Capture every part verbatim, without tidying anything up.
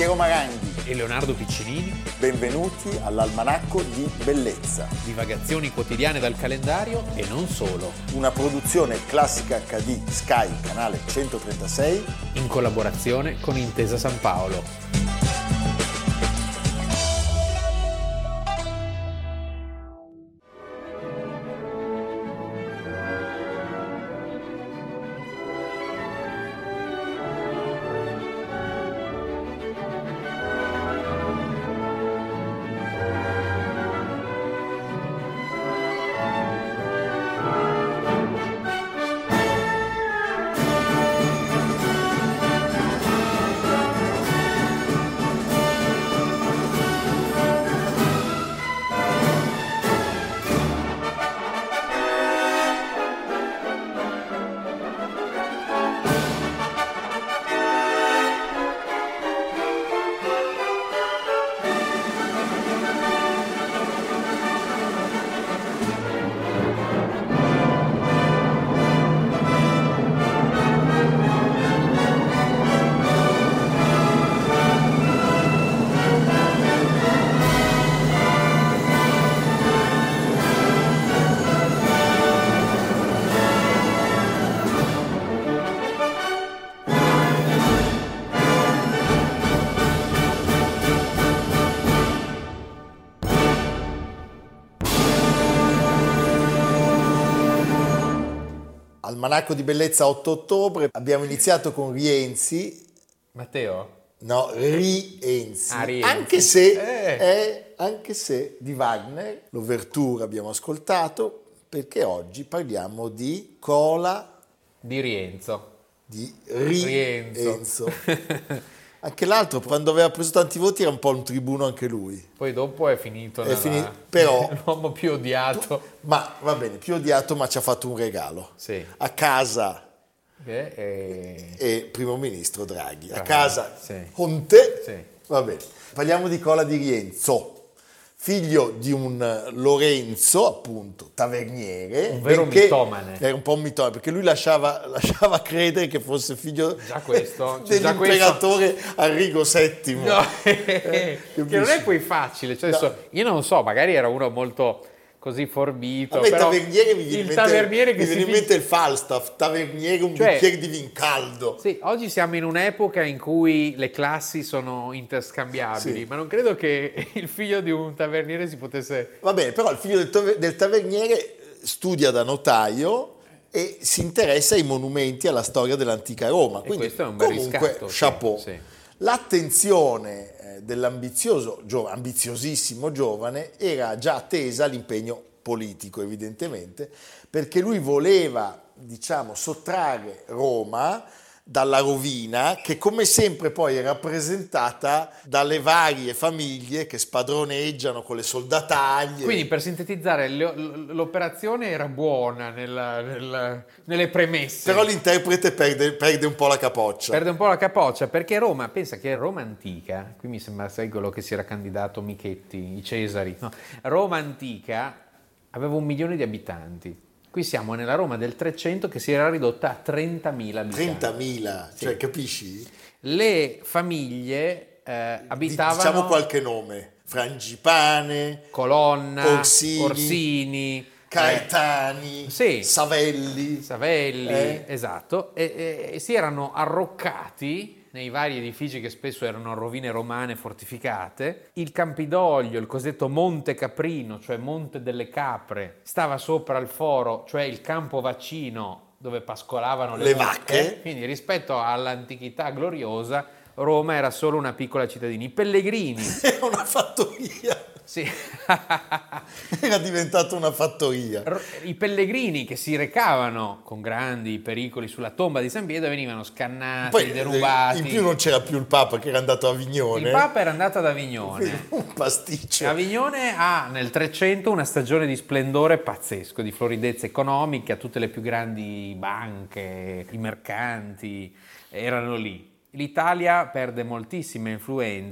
Piero Maranghi e Leonardo Piccinini. Benvenuti all'Almanacco di Bellezza. Divagazioni quotidiane dal calendario e non solo. Una produzione Classica acca di Sky, canale centotrentasei. In collaborazione con Intesa San Paolo. Almanacco di Bellezza otto ottobre, abbiamo iniziato con Rienzi. Matteo? No, Rienzi. Ah, Rienzi. Anche se Eh. è anche se di Wagner, l'ouverture abbiamo ascoltato, perché oggi parliamo di Cola Di Rienzo. di Rienzo. Rienzo. Anche l'altro, quando aveva preso tanti voti, era un po' un tribuno anche lui. Poi dopo è finito È nella... finito, però... l'uomo più odiato. Ma va bene, più odiato, ma ci ha fatto un regalo. Sì. A casa Eh, eh, e primo ministro Draghi. A Draghi, casa sì. Conte. Sì. Va bene. Parliamo di Cola di Rienzo, figlio di un Lorenzo, appunto, taverniere. Un vero benché- mitomane. Era un po' un mitomane, perché lui lasciava, lasciava credere che fosse figlio Già questo, cioè, già dell'imperatore Arrigo settimo. No, Eh, che non è capisci? poi facile, cioè No. adesso, io non so, magari era uno molto così forbito, A me però taverniere mi viene in il mente, taverniere che mi si viene in fi- mente il Falstaff, taverniere, un Cioè- bicchiere di vin caldo. Sì, oggi siamo in un'epoca in cui le classi sono interscambiabili, Sì. ma non credo che il figlio di un taverniere si potesse... Va bene, però il figlio del, taver- del taverniere studia da notaio e si interessa ai monumenti, alla storia dell'antica Roma. E Quindi, questo è un bel comunque, riscatto, sì, chapeau. sì. L'attenzione eh, dell'ambizioso, gio- ambiziosissimo giovane era già tesa all'impegno politico, evidentemente, perché lui voleva, diciamo, sottrarre Roma dalla rovina, che come sempre poi è rappresentata dalle varie famiglie che spadroneggiano con le soldataglie. Quindi per sintetizzare, le- l'operazione era buona nella- nella- nelle premesse. Però l'interprete perde, perde un po' la capoccia. Perde un po' la capoccia, perché Roma, pensa che Roma antica, qui mi sembra, sai quello che si era candidato Michetti, i Cesari, no? Roma antica aveva un milione di abitanti. Qui siamo nella Roma del trecento che si era ridotta a trentamila abitanti. trentamila, cioè capisci? Le famiglie eh, abitavano Diciamo qualche nome: Frangipane, Colonna, Orsini, Orsini, Caetani, eh, sì. Savelli. Savelli, Eh. esatto, e, e- e si erano arroccati nei vari edifici che spesso erano rovine romane fortificate. Il Campidoglio, il cosiddetto Monte Caprino, cioè Monte delle Capre, stava sopra il foro, cioè il campo vaccino dove pascolavano le, Le mucche. vacche. Quindi rispetto all'antichità gloriosa, Roma era solo una piccola cittadina. I pellegrini, Era una fattoria. sì. Era diventata una fattoria. R- I pellegrini che si recavano con grandi pericoli sulla tomba di San Pietro venivano scannati, Poi derubati. in più non c'era più il Papa che era andato a Avignone. Il Papa era andato ad Avignone. Un pasticcio. Avignone ha nel trecento una stagione di splendore pazzesco, di floridezza economica, tutte le più grandi banche, i mercanti erano lì. L'Italia perde moltissima influenza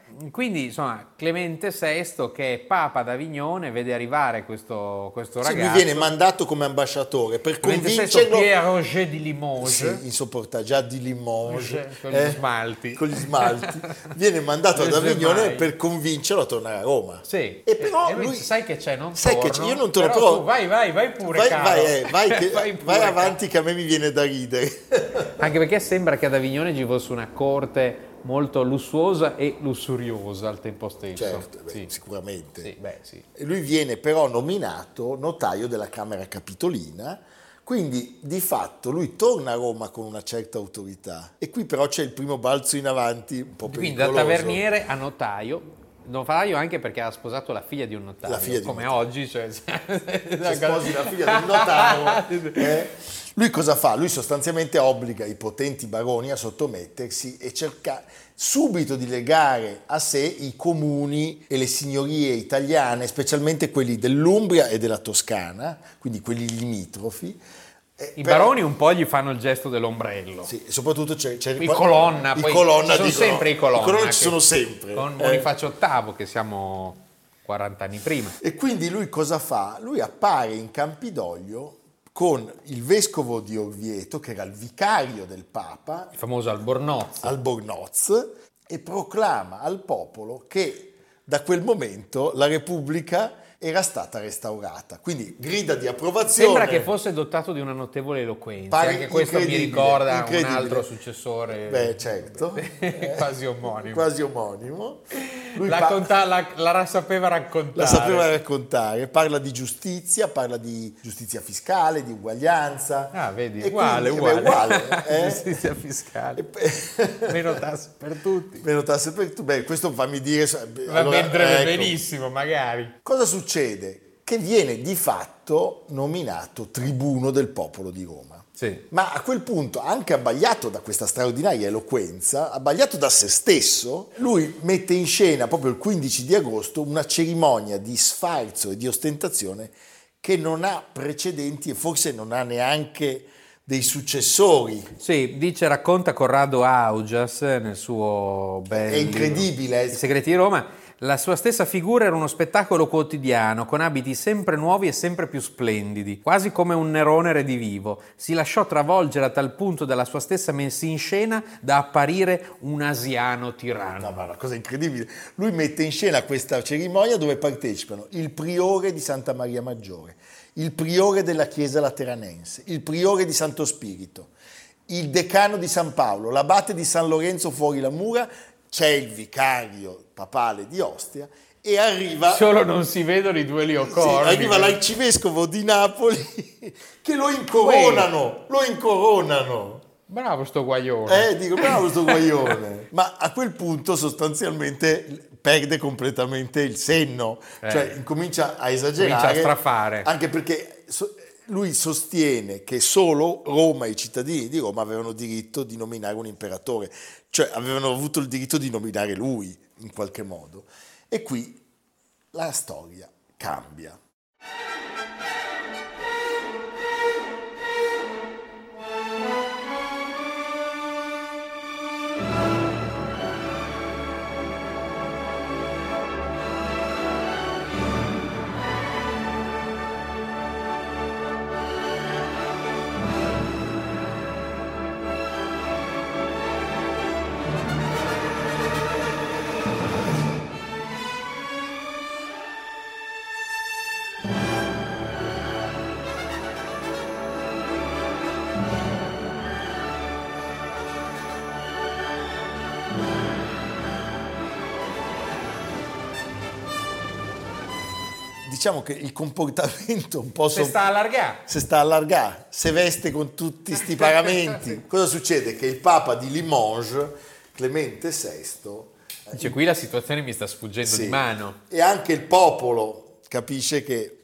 Quindi, insomma, Clemente sesto, che è Papa d'Avignone, vede arrivare questo, questo Sì, ragazzo. lui viene mandato come ambasciatore per Clemente sesto, convincerlo. Pierre Roger di Limoges. Sì, insopportabile, già di Limoges. Con gli eh, smalti. Con gli smalti. Viene mandato ad Avignone per convincerlo a tornare a Roma. Sì. E però e lui, lui... sai che c'è, non Sai torno, che c'è, io non torno, però però... tu vai, vai, vai pure, vai, caro. vai, eh, vai, che, vai, vai pure, avanti caro. che a me mi viene da ridere. Anche perché sembra che ad Avignone ci fosse una corte molto lussuosa e lussuriosa al tempo stesso. Certo, beh, sì. sicuramente. Sì, beh, sì. E lui viene però nominato notaio della Camera Capitolina, quindi di fatto lui torna a Roma con una certa autorità. E qui però c'è il primo balzo in avanti un po' Quindi pericoloso. da taverniere a notaio. Notaio anche perché ha sposato la figlia di un notaio, La figlia di un come notaio. oggi. Cioè, Se sposi la figlia del notaio, eh, lui cosa fa? Lui sostanzialmente obbliga i potenti baroni a sottomettersi e cerca subito di legare a sé i comuni e le signorie italiane, specialmente quelli dell'Umbria e della Toscana, quindi quelli limitrofi. Eh, I però- baroni un po' gli fanno il gesto dell'ombrello. Sì, e soprattutto c'è, c'è I colonna, i poi colonna ci sono dicono- sempre i colonna. I colonna che- ci sono sempre. Con eh. Bonifacio ottavo, che siamo quaranta anni prima. E quindi lui cosa fa? Lui appare in Campidoglio con il vescovo di Orvieto, che era il vicario del Papa, Il famoso Albornoz. Albornoz, e proclama al popolo che da quel momento la Repubblica era stata restaurata. Quindi grida di approvazione. Sembra che fosse dotato di una notevole eloquenza. Pare Anche questo mi incredibile, ricorda un incredibile. altro successore. Beh, certo. Quasi omonimo. Quasi omonimo. Lui La, pa- conta- la, la sapeva raccontare. La sapeva raccontare, parla di giustizia, parla di giustizia fiscale, di uguaglianza. Ah, vedi, E uguale, quindi, eh beh, uguale. uguale, eh? Giustizia fiscale. E pe- Meno tasse per tutti. Meno tasse per tu. Beh, questo fammi dire. Va allora, andrebbe ecco. benissimo, magari. Cosa succede? Che viene di fatto nominato tribuno del popolo di Roma. Sì. Ma a quel punto, anche abbagliato da questa straordinaria eloquenza, abbagliato da se stesso, lui mette in scena proprio il quindici di agosto una cerimonia di sfarzo e di ostentazione che non ha precedenti e forse non ha neanche dei successori. Sì, dice, racconta Corrado Augias nel suo bel È incredibile. libro, I segreti di Roma. La sua stessa figura era uno spettacolo quotidiano, con abiti sempre nuovi e sempre più splendidi, quasi come un Nerone redivivo. Si lasciò travolgere a tal punto dalla sua stessa messa in scena da apparire un asiano tiranno. No, ma una cosa incredibile. Lui mette in scena questa cerimonia dove partecipano il priore di Santa Maria Maggiore, il priore della Chiesa Lateranense, il priore di Santo Spirito, il decano di San Paolo, l'abate di San Lorenzo fuori la mura, c'è il vicario papale di Ostia e arriva... Solo non si vedono i due Sì, leocordi. arriva l'arcivescovo di Napoli che lo incoronano, lo incoronano. Bravo sto guaglione. Eh, dico, bravo sto guaglione. Ma a quel punto sostanzialmente perde completamente il senno, Eh. cioè incomincia a esagerare. Comincia a strafare. Anche perché so- lui sostiene che solo Roma e i cittadini di Roma avevano diritto di nominare un imperatore, cioè avevano avuto il diritto di nominare lui in qualche modo. E qui la storia cambia. Diciamo che il comportamento un po' Se sta allargando. se sta allargando, se veste con tutti sti paramenti. Cosa succede? Che il Papa di Limoges, Clemente sesto, Dice, qui la situazione mi sta sfuggendo sì, di mano. e anche il popolo capisce che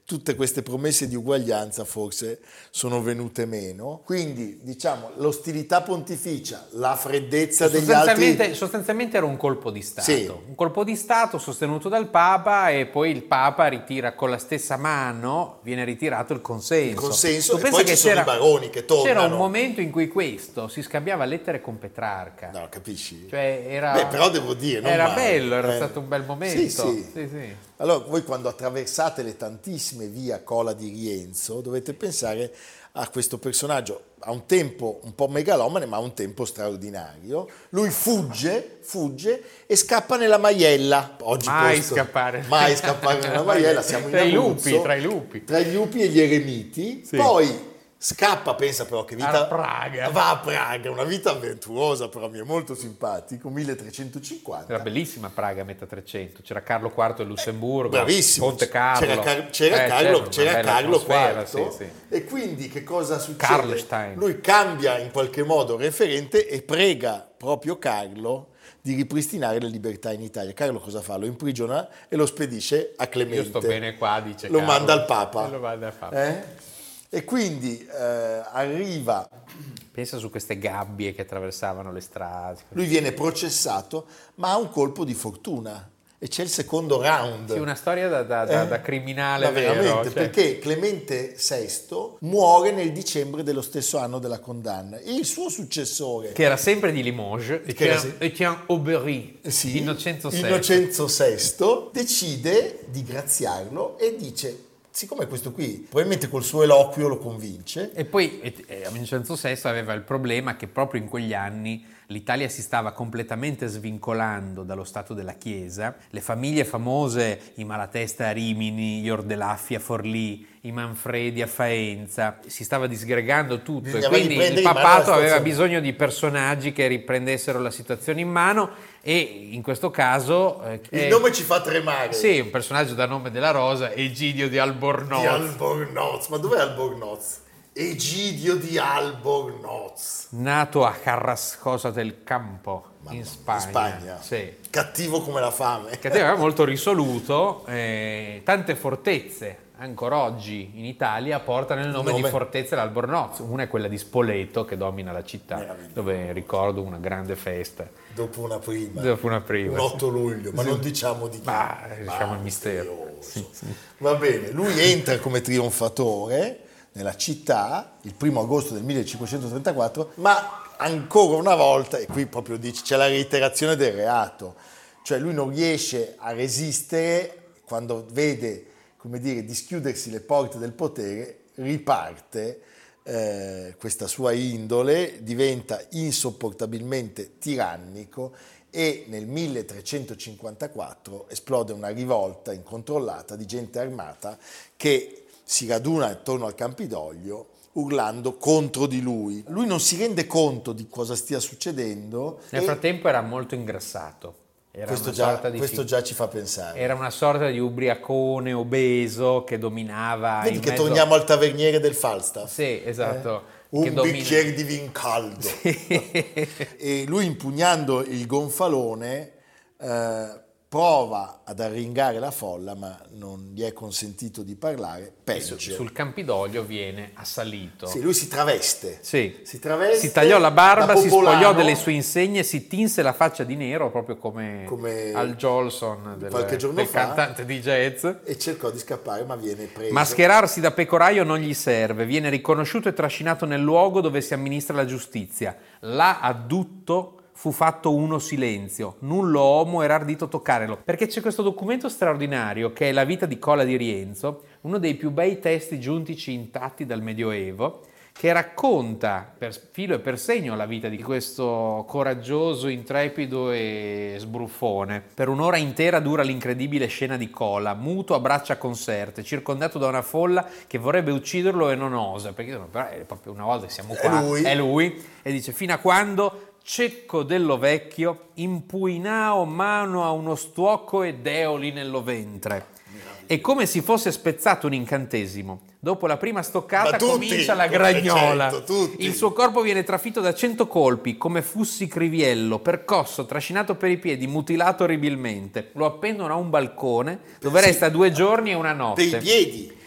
tutte queste promesse di uguaglianza forse sono venute meno. Quindi, diciamo, l'ostilità pontificia, la freddezza degli sostanzialmente, altri... Sostanzialmente era un colpo di Stato. Sì. Un colpo di Stato sostenuto dal Papa, e poi il Papa ritira con la stessa mano, viene ritirato il consenso. Il consenso, Tu e pensa poi che ci sono i baroni che tornano. C'era un momento in cui questo si scambiava lettere con Petrarca. No, capisci? Cioè era, Beh, però devo dire, non era male. bello, era Eh. stato un bel momento. Sì, sì. Sì, sì. Allora, voi quando attraversate le tantissime vie a Cola di Rienzo, dovete pensare a questo personaggio, a un tempo un po' megalomane, ma a un tempo straordinario. Lui fugge, fugge e scappa nella Maiella. Oggi Mai posto- scappare. Mai scappare nella Maiella, siamo in Tra i Abruzzo, lupi, tra i lupi. Tra i lupi e gli eremiti. Sì. Poi scappa, pensa però che vita... A Praga. Va a Praga, una vita avventurosa, però mi è molto simpatico, milletrecentocinquanta. Era bellissima Praga a metà trecento, c'era Carlo quarto del Lussemburgo, Bravissimo, Monte Carlo. c'era, Car- c'era Eh, Carlo, una c'era bella Carlo atmosfera, quarto, sì, sì. e quindi che cosa succede? Karlstein. Lui cambia in qualche modo referente e prega proprio Carlo di ripristinare le libertà in Italia. Carlo cosa fa? Lo imprigiona e lo spedisce a Clemente. Io sto bene qua, dice Lo Carlo. manda al Papa. E lo manda al Papa. Eh? E quindi eh, arriva... Pensa su queste gabbie che attraversavano le strade. Lui viene processato, ma ha un colpo di fortuna. E c'è il secondo round. Sì, una storia da, da, da, Eh? da criminale Ma vero. veramente, Cioè, perché Clemente sesto muore nel dicembre dello stesso anno della condanna. E il suo successore, che era sempre di Limoges, Che era se- Etienne Aubry, sì, Innocenzo sesto. Innocenzo sesto, decide di graziarlo e dice, siccome questo qui probabilmente col suo eloquio lo convince, E poi eh, eh, Vincenzo sesto aveva il problema che proprio in quegli anni l'Italia si stava completamente svincolando dallo Stato della Chiesa, le famiglie famose, i Malatesta a Rimini, gli Ordelaffi a Forlì, i Manfredi a Faenza, si stava disgregando tutto, e Bisognava quindi il riprendere in mano la papato aveva situazione. bisogno di personaggi che riprendessero la situazione in mano, e in questo caso eh, il eh, nome ci fa tremare. sì, un personaggio da nome della Rosa, Egidio di Albornoz. Di Albornoz. Ma dov'è Albornoz? Egidio di Albornoz. Nato a Carrascosa del Campo, in Spagna. In Spagna. Sì. Cattivo come la fame. Che era molto risoluto, eh, tante fortezze ancora oggi in Italia portano il nome, Nome. di fortezze dell'Albornoz. Una è quella di Spoleto, che domina la città, Meraviglioso. dove ricordo una grande festa. Dopo una prima. Dopo una prima, Un otto luglio, ma non diciamo di chi. Ma, diciamo Ma, il mistero. misterioso. Va bene, lui entra come trionfatore nella città il primo agosto del millecinquecentotrentaquattro, ma ancora una volta, e qui proprio dice, c'è la reiterazione del reato, cioè lui non riesce a resistere quando vede, come dire, dischiudersi le porte del potere, riparte eh, questa sua indole, diventa insopportabilmente tirannico e nel milletrecentocinquantaquattro esplode una rivolta incontrollata di gente armata che si raduna attorno al Campidoglio urlando contro di lui. Lui non si rende conto di cosa stia succedendo. Nel e frattempo era molto ingrassato. Era questo, una già, sorta di questo fi- già ci fa pensare. Era una sorta di ubriacone obeso che dominava. Vedi in che mezzo- torniamo al taverniere del Falstaff. Sì, esatto. Un che domina- bicchiere di vin caldo. E lui, impugnando il gonfalone, eh, prova ad arringare la folla, ma non gli è consentito di parlare. Peggio. Su- sul Campidoglio viene assalito. Sì, lui si traveste. Sì. Si traveste. Si tagliò la barba, da si popolano, spogliò delle sue insegne, si tinse la faccia di nero, proprio come, Come Al Jolson, del, qualche giorno del fa. cantante di jazz. E cercò di scappare, ma viene preso. Mascherarsi da pecoraio non gli serve, viene riconosciuto e trascinato nel luogo dove si amministra la giustizia. Là addutto fu fatto uno silenzio, nullo uomo era ardito toccarelo, perché c'è questo documento straordinario che è La vita di Cola di Rienzo, uno dei più bei testi giuntici intatti dal Medioevo, che racconta per filo e per segno la vita di questo coraggioso, intrepido e sbruffone. Per un'ora intera dura l'incredibile scena di Cola, muto a braccia conserte, circondato da una folla che vorrebbe ucciderlo e non osa, perché dicono, però è proprio una volta che siamo qua, È lui. è lui, e dice fino a quando Cecco dello vecchio impuinao mano a uno stuocco e deoli nello ventre. È come se fosse spezzato un incantesimo. Dopo la prima stoccata Ma tutti, comincia la come gragnola. certo, tutti. Il suo corpo viene trafitto da cento colpi, come fussi criviello, percosso, trascinato per i piedi, mutilato orribilmente. Lo appendono a un balcone dove Sì. resta due giorni e una notte. Per i piedi.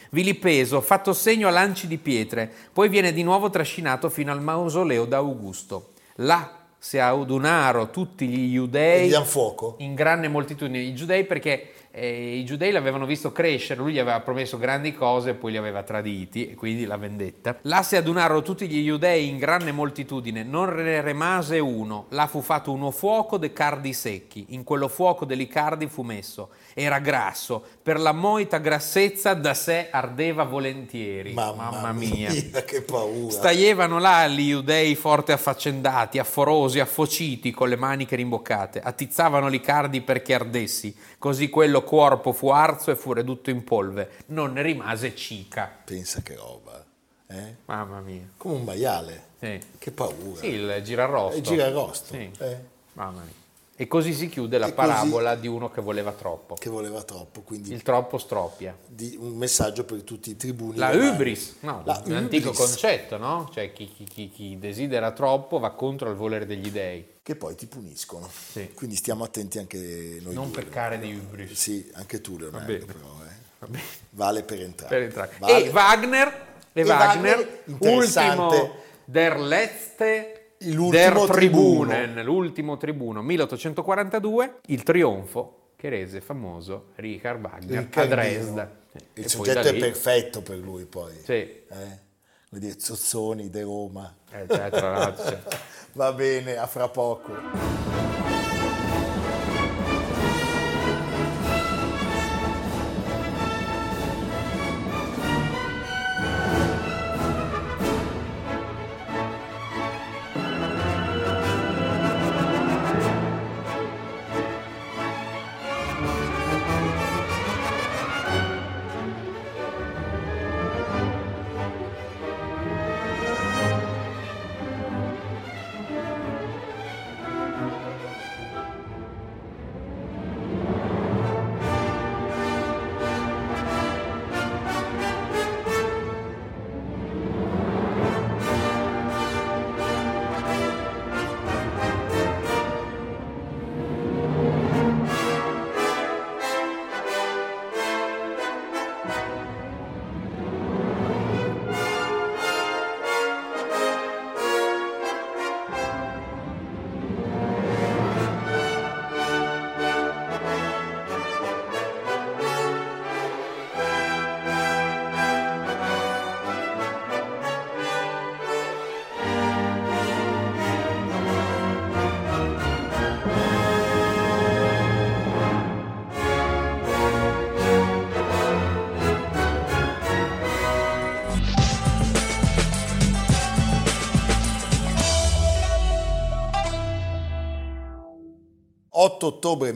vilipeso, fatto segno a lanci di pietre, poi viene di nuovo trascinato fino al mausoleo d'Augusto. Là si adunarono tutti gli giudei E gli dan fuoco? in grande moltitudine, i giudei perché eh, i giudei l'avevano visto crescere, lui gli aveva promesso grandi cose e poi li aveva traditi, e quindi la vendetta. Là si adunarono tutti gli giudei in grande moltitudine, non ne rimase uno, là fu fatto uno fuoco de cardi secchi, in quello fuoco dei cardi fu messo, era grasso, per la moita grassezza da sé ardeva volentieri. Mamma, Mamma mia. mia, che paura. Staievano là gli giudei forte affaccendati, afforosi, affociti, con le maniche rimboccate, attizzavano li cardi perché ardessi, così quello corpo fu arzo e fu ridotto in polve, non ne rimase cica. Pensa che roba, eh? Mamma mia. Come un maiale. Sì. Che paura. Sì, il girarrosto. Il girarrosto. Sì. Eh? Mamma mia. E così si chiude la E così- parabola di uno che voleva troppo. Che voleva troppo, quindi Il troppo stroppia. di- un messaggio per tutti i tribuni. La romani. hubris, no, La un antico hubris, concetto, no? Cioè chi, chi- chi- chi desidera troppo va contro il volere degli dei. Che poi ti puniscono. Sì. Quindi stiamo attenti anche noi Non due. peccare di hubris. Sì, anche tu Leonardo, bene. però. eh. Va bene. Vale per entrare. Per entrare. Vale- E Wagner, e E Wagner, Wagner, interessante. ultimo der letzte L'ultimo der tribuno. Tribunen, l'ultimo tribuno, milleottocentoquarantadue, il trionfo che rese famoso Richard Wagner a Riccardino. Dresda. Il E poi soggetto da è lì- perfetto per lui poi. Sì, Eh? Vuol dire Zozzoni, De Roma. eccetera. Cioè. Va bene, a fra poco. otto ottobre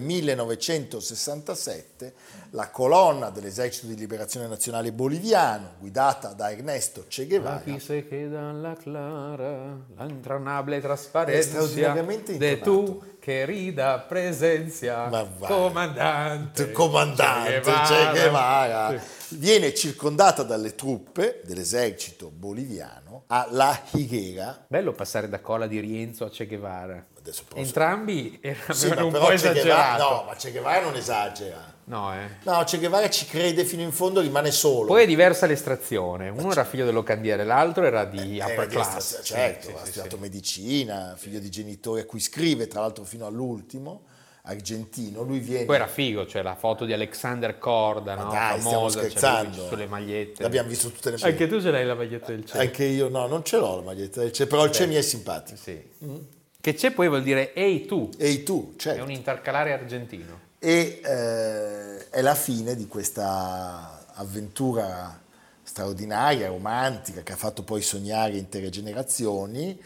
millenovecentosessantasette, la colonna dell'esercito di liberazione nazionale boliviano, guidata da Ernesto Che Guevara, Aquí se queda la clara, la intranable È trasparencia straordinariamente de intonato. tu querida presencia, Ma va. comandante, comandante Che Che Guevara. Guevara, viene circondata dalle truppe dell'esercito boliviano a La Higuera. Bello passare da Cola di Rienzo a Che Guevara. Adesso però- Entrambi erano Sì, ma un però po' Che Guevara, esagerato. no, ma Che Guevara non esagera. No, eh. No, Che Guevara ci crede fino in fondo, rimane solo. Poi è diversa l'estrazione. Uno era figlio del locandiere, l'altro era di Era upper di class. estra- Sì, certo, sì, ha sì, studiato sì. medicina, figlio di genitori a cui scrive, tra l'altro fino all'ultimo, argentino. Lui viene... Poi era figo, cioè la foto di Alexander Korda, Ma no? dai, stiamo Famosa, c'è lui scherzando. sulle magliette. L'abbiamo visto tutte le Anche tu ce l'hai la maglietta del cielo. Anche io, no, non ce l'ho la maglietta del Che, però il Che mi è simpatico. Sì. Che c'è poi vuol dire ehi tu, E tu, è certo. un intercalare argentino. E eh, è la fine di questa avventura straordinaria, romantica, che ha fatto poi sognare intere generazioni,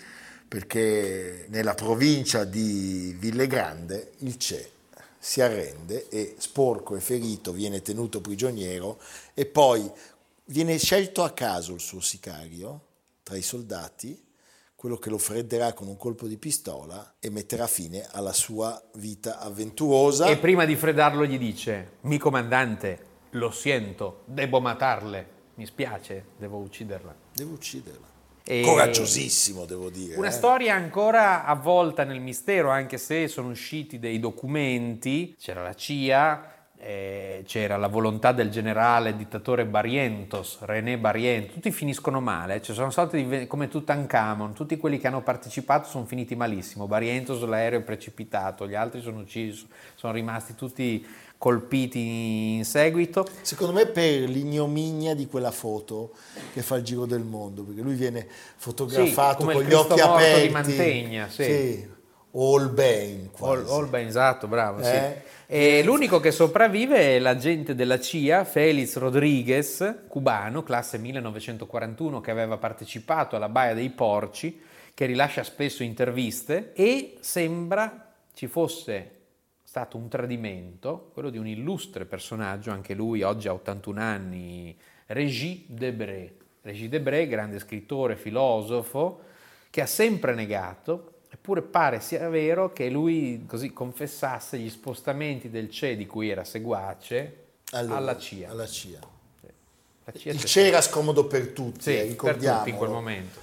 perché nella provincia di Villegrande il Che si arrende e, sporco e ferito, viene tenuto prigioniero e poi viene scelto a caso il suo sicario tra i soldati, quello che lo fredderà con un colpo di pistola e metterà fine alla sua vita avventurosa. E prima di freddarlo gli dice, mi comandante, lo sento, devo matarle, mi spiace, devo ucciderla. Devo ucciderla. E- Coraggiosissimo, devo dire. Una eh. storia ancora avvolta nel mistero, anche se sono usciti dei documenti, c'era la C I A, eh, c'era la volontà del generale dittatore Barrientos, René Barrientos, tutti finiscono male, cioè sono stati come Tutankhamon, tutti quelli che hanno partecipato sono finiti malissimo, Barrientos l'aereo è precipitato, gli altri sono uccisi, sono rimasti tutti colpiti in seguito. Secondo me per l'ignominia di quella foto che fa il giro del mondo, perché lui viene fotografato sì, con gli occhi aperti. Di Mantegna, sì. sì. Holbein quasi. Holbein, esatto, bravo, eh? sì. E l'unico che sopravvive è l'agente della C I A, Félix Rodríguez, cubano, classe millenovecentoquarantuno, che aveva partecipato alla Baia dei Porci, che rilascia spesso interviste, e sembra ci fosse stato un tradimento, quello di un illustre personaggio, anche lui oggi ha ottantuno anni, Régis Debray. Régis Debray, grande scrittore, filosofo, che ha sempre negato. Eppure pare sia vero che lui così confessasse gli spostamenti del C E di cui era seguace allora, alla C I A. Alla C I A. Sì. La C I A il C E era scomodo per tutti, sì, eh, ricordiamo. Per tutti in quel momento.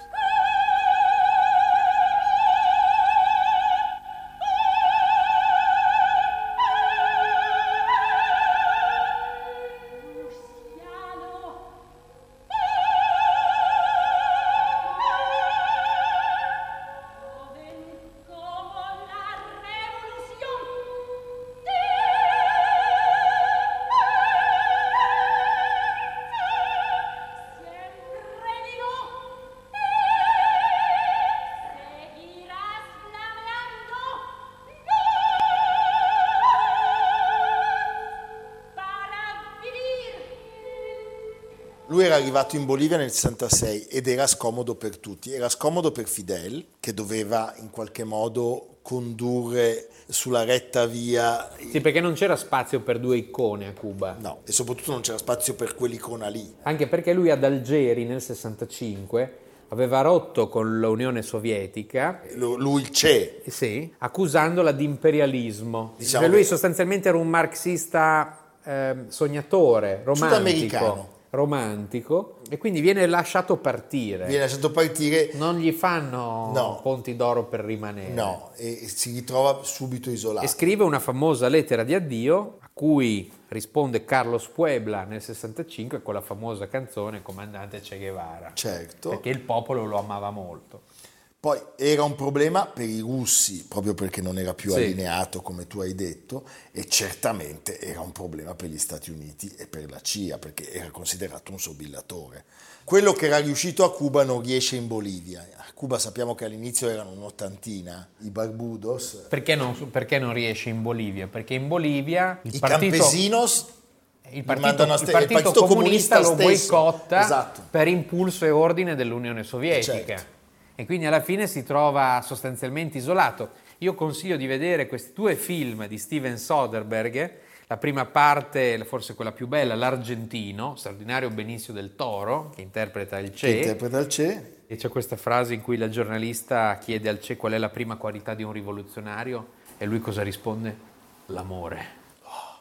Lui era arrivato in Bolivia nel sessantasei ed era scomodo per tutti, era scomodo per Fidel, che doveva in qualche modo condurre sulla retta via. Sì, perché non c'era spazio per due icone a Cuba. No, e soprattutto non c'era spazio per quell'icona lì. Anche perché lui ad Algeri nel sessantacinque aveva rotto con l'Unione Sovietica. Lui il C E. Sì, accusandola di imperialismo. Diciamo cioè lui che... sostanzialmente era un marxista eh, sognatore, romantico. Sudamericano. romantico e quindi viene lasciato partire. Viene lasciato partire. Non gli fanno no. ponti d'oro per rimanere. No, e si ritrova subito isolato. E scrive una famosa lettera di addio a cui risponde Carlos Puebla nel sessantacinque con la famosa canzone Comandante Che Guevara. Certo. Perché il popolo lo amava molto. Poi era un problema per i russi, proprio perché non era più sì. allineato, come tu hai detto, e certamente era un problema per gli Stati Uniti e per la C I A, perché era considerato un sobillatore. Quello che era riuscito a Cuba non riesce in Bolivia. A Cuba sappiamo che all'inizio erano un'ottantina, i Barbudos. Perché non, perché non riesce in Bolivia? Perché in Bolivia il I partito... campesinos... Il partito, il partito, il partito comunista, comunista lo boicotta esatto. per impulso e ordine dell'Unione Sovietica. Certo. E quindi alla fine si trova sostanzialmente isolato. Io consiglio di vedere questi due film di Steven Soderbergh, la prima parte, forse quella più bella, L'Argentino, straordinario Benicio del Toro, che interpreta il C E. Che interpreta il C E. E c'è questa frase in cui la giornalista chiede al C E qual è la prima qualità di un rivoluzionario e lui cosa risponde? L'amore. Oh.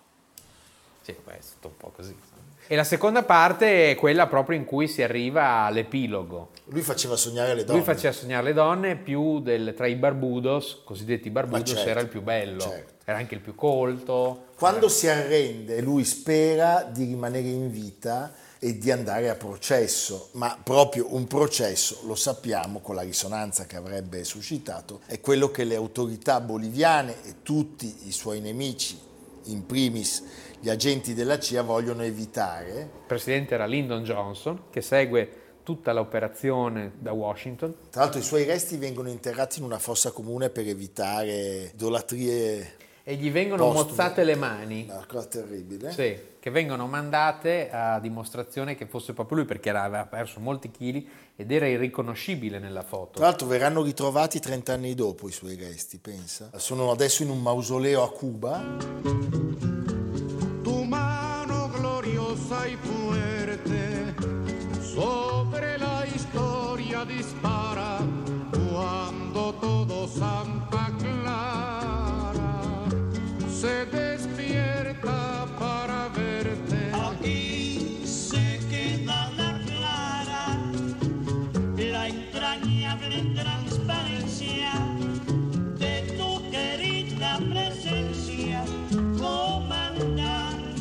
Sì, beh, è stato un po' così. E la seconda parte è quella proprio in cui si arriva all'epilogo. Lui faceva sognare le donne. Lui faceva sognare le donne, più del, tra i Barbudos, cosiddetti Barbudos, certo, era il più bello, certo. Era anche il più colto. Quando era... si arrende, lui spera di rimanere in vita e di andare a processo, ma proprio un processo, lo sappiamo con la risonanza che avrebbe suscitato, è quello che le autorità boliviane e tutti i suoi nemici, in primis gli agenti della C I A, vogliono evitare. Il presidente era Lyndon Johnson, che segue tutta l'operazione da Washington. Tra l'altro i suoi resti vengono interrati in una fossa comune per evitare idolatrie. E gli vengono postume. mozzate le mani. Una cosa terribile. Sì, che vengono mandate a dimostrazione che fosse proprio lui, perché aveva perso molti chili ed era irriconoscibile nella foto. Tra l'altro verranno ritrovati trenta anni dopo i suoi resti, pensa. Sono adesso in un mausoleo a Cuba. Y fuerte sobre la historia dispara cuando todo Santa Clara se despierta para verte. Aquí se queda la clara, la entrañable transparencia de tu querida presencia, comandante.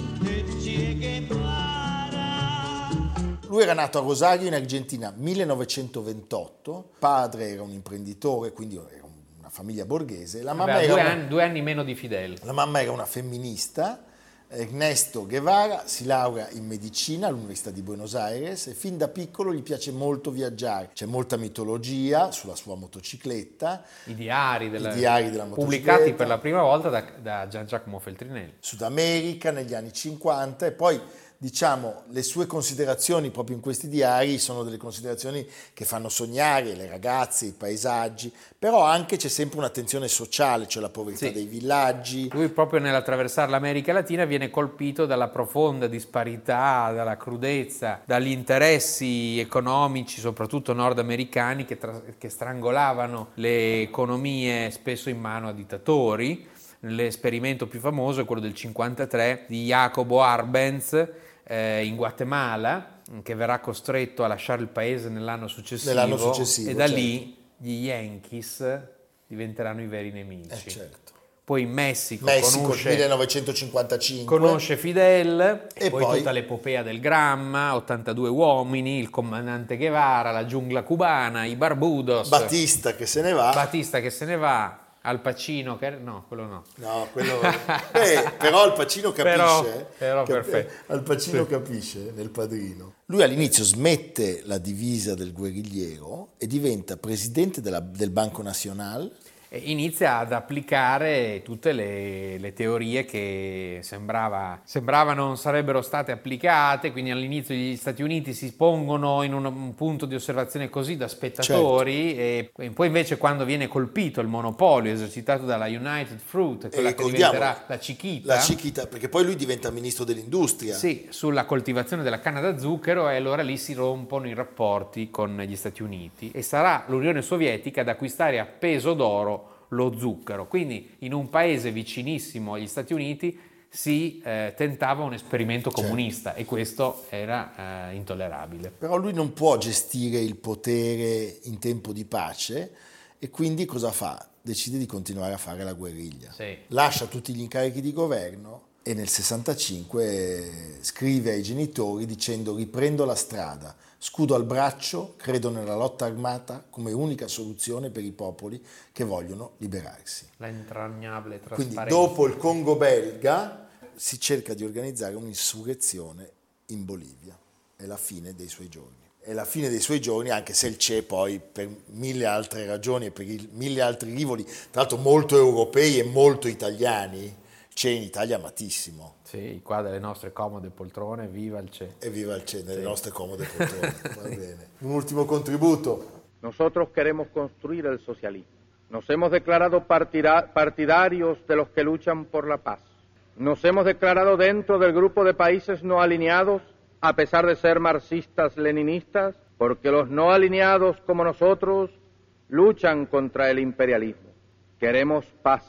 lui era nato a Rosario in Argentina millenovecentoventotto, padre era un imprenditore, quindi era una famiglia borghese, la mamma, Vabbè, era due, una, anni, due anni meno di Fidel. la mamma era una femminista. Ernesto Guevara si laurea in medicina all'Università di Buenos Aires e fin da piccolo gli piace molto viaggiare. C'è molta mitologia sulla sua motocicletta, I diari, della, i diari della motocicletta, pubblicati per la prima volta da, da Gian Giacomo Feltrinelli. Sud America negli anni cinquanta, e poi diciamo le sue considerazioni proprio in questi diari sono delle considerazioni che fanno sognare le ragazze, i paesaggi, però anche c'è sempre un'attenzione sociale, cioè la povertà Sì. dei villaggi. Lui proprio nell'attraversare l'America Latina viene colpito dalla profonda disparità, dalla crudezza, dagli interessi economici, soprattutto nordamericani, che, tra- che strangolavano le economie spesso in mano a dittatori. L'esperimento più famoso è quello del cinquantatré di Jacobo Arbenz eh, in Guatemala, che verrà costretto a lasciare il paese nell'anno successivo, Nell'anno successivo, e da certo. lì gli Yankees diventeranno i veri nemici. Eh, certo. Poi in Messico, Messico conosce, millenovecentocinquantacinque. conosce Fidel, e, E poi, poi- tutta l'epopea del Gramma, ottantadue uomini, il comandante Guevara, la giungla cubana, i Barbudos, Batista che se ne va. Batista che se ne va, Al Pacino che... no, quello no. No, quello... Beh, però Al Pacino capisce. Però- eh. però Cap- perfetto. Al Pacino capisce nel Padrino. Lui all'inizio smette la divisa del guerrigliero e diventa presidente della- del Banco Nacional. E inizia ad applicare tutte le, le teorie che sembrava, sembrava non sarebbero state applicate, quindi all'inizio gli Stati Uniti si pongono in un, un punto di osservazione così da spettatori, Certo. e poi invece quando viene colpito il monopolio esercitato dalla United Fruit, quella E che ricordiamo, diventerà la Chiquita, La Chiquita, perché poi lui diventa ministro dell'industria. sì, sulla coltivazione della canna da zucchero, e allora lì si rompono i rapporti con gli Stati Uniti e sarà l'Unione Sovietica ad acquistare a peso d'oro lo zucchero. Quindi in un paese vicinissimo agli Stati Uniti si eh, tentava un esperimento comunista, e questo era eh, intollerabile. Però lui non può gestire il potere in tempo di pace e quindi cosa fa? Decide di continuare a fare la guerriglia. Sì. Lascia tutti gli incarichi di governo e nel sessantacinque scrive ai genitori dicendo: riprendo la strada, scudo al braccio, credo nella lotta armata come unica soluzione per i popoli che vogliono liberarsi. La intragnabile Quindi trasparenza. dopo il Congo belga si cerca di organizzare un'insurrezione in Bolivia. È la fine dei suoi giorni. È la fine dei suoi giorni, anche se il Che poi per mille altre ragioni e per il- mille altri rivoli, tra l'altro molto europei e molto italiani, Che in Italia amatissimo. Sì, qua delle nostre comode poltrone, viva il Che. E viva il Che, nelle nostre comode poltrone. Va bene. Un ultimo contributo. Nosotros queremos construir el socialismo. Nos hemos declarado partida- partidarios de los que luchan por la paz. Nos hemos declarado dentro del grupo de países no alineados, a pesar de ser marxistas-leninistas, porque los no alineados como nosotros luchan contra el imperialismo. Queremos paz.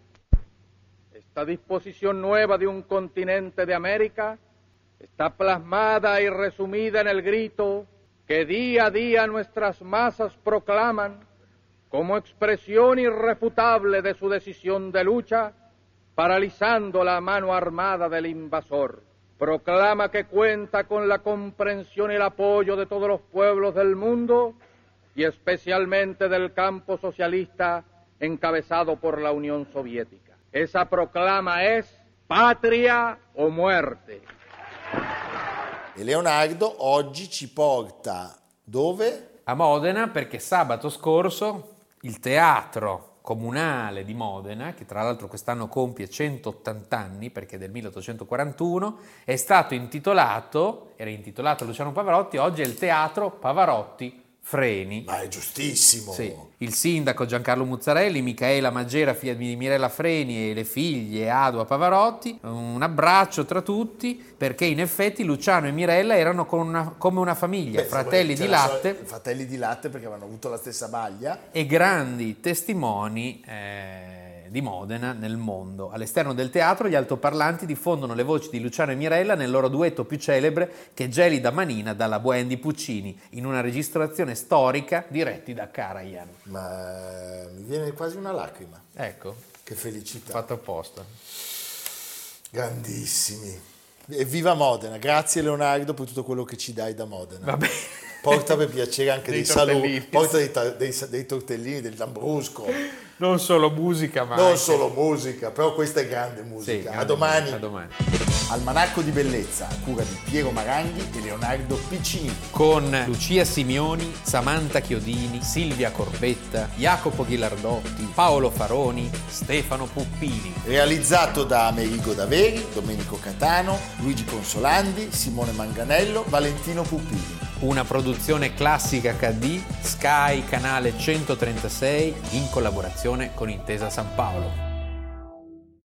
Esta disposición nueva de un continente de América está plasmada y resumida en el grito que día a día nuestras masas proclaman como expresión irrefutable de su decisión de lucha, paralizando la mano armada del invasor. Proclama que cuenta con la comprensión y el apoyo de todos los pueblos del mundo y especialmente del campo socialista encabezado por la Unión Soviética. Esa proclama es patria o muerte. E Leonardo oggi ci porta dove? A Modena, perché sabato scorso il teatro comunale di Modena, che tra l'altro quest'anno compie centottanta anni perché è del milleottocentoquarantuno, è stato intitolato, era intitolato a Luciano Pavarotti, oggi è il Teatro Pavarotti Freni. Ma è giustissimo. Sì. Il sindaco Giancarlo Muzzarelli, Micaela Maggera, figlia di Mirella Freni, e le figlie Adua Pavarotti. Un abbraccio tra tutti, perché in effetti Luciano e Mirella erano con una- come una famiglia, Beh, fratelli di c'era solo- latte Fratelli di latte perché avevano avuto la stessa maglia. e grandi testimoni eh, di Modena nel mondo. All'esterno del teatro gli altoparlanti diffondono le voci di Luciano e Mirella nel loro duetto più celebre, che è Gelida Manina dalla Buen di Puccini, in una registrazione storica diretti da Karajan. Ma eh, mi viene quasi una lacrima. Ecco, Che felicità. fatto apposta. Grandissimi. Evviva Modena, grazie Leonardo per tutto quello che ci dai da Modena. Vabbè. Porta per piacere anche dei, Dei saluti, tortellini. porta dei, ta- dei, dei tortellini, del lambrusco. Non solo musica, ma Non anche... solo musica, però questa è grande musica. Sì, grande a domani. musica, a domani. Almanacco di bellezza, a cura di Piero Maranghi e Leonardo Piccini. Con Lucia Simioni, Samantha Chiodini, Silvia Corbetta, Jacopo Ghilardotti, Paolo Faroni, Stefano Puppini. Realizzato da Amerigo Daveri, Domenico Catano, Luigi Consolandi, Simone Manganello, Valentino Puppini. Una produzione Classica acca di, Sky canale centotrentasei in collaborazione con Intesa San Paolo.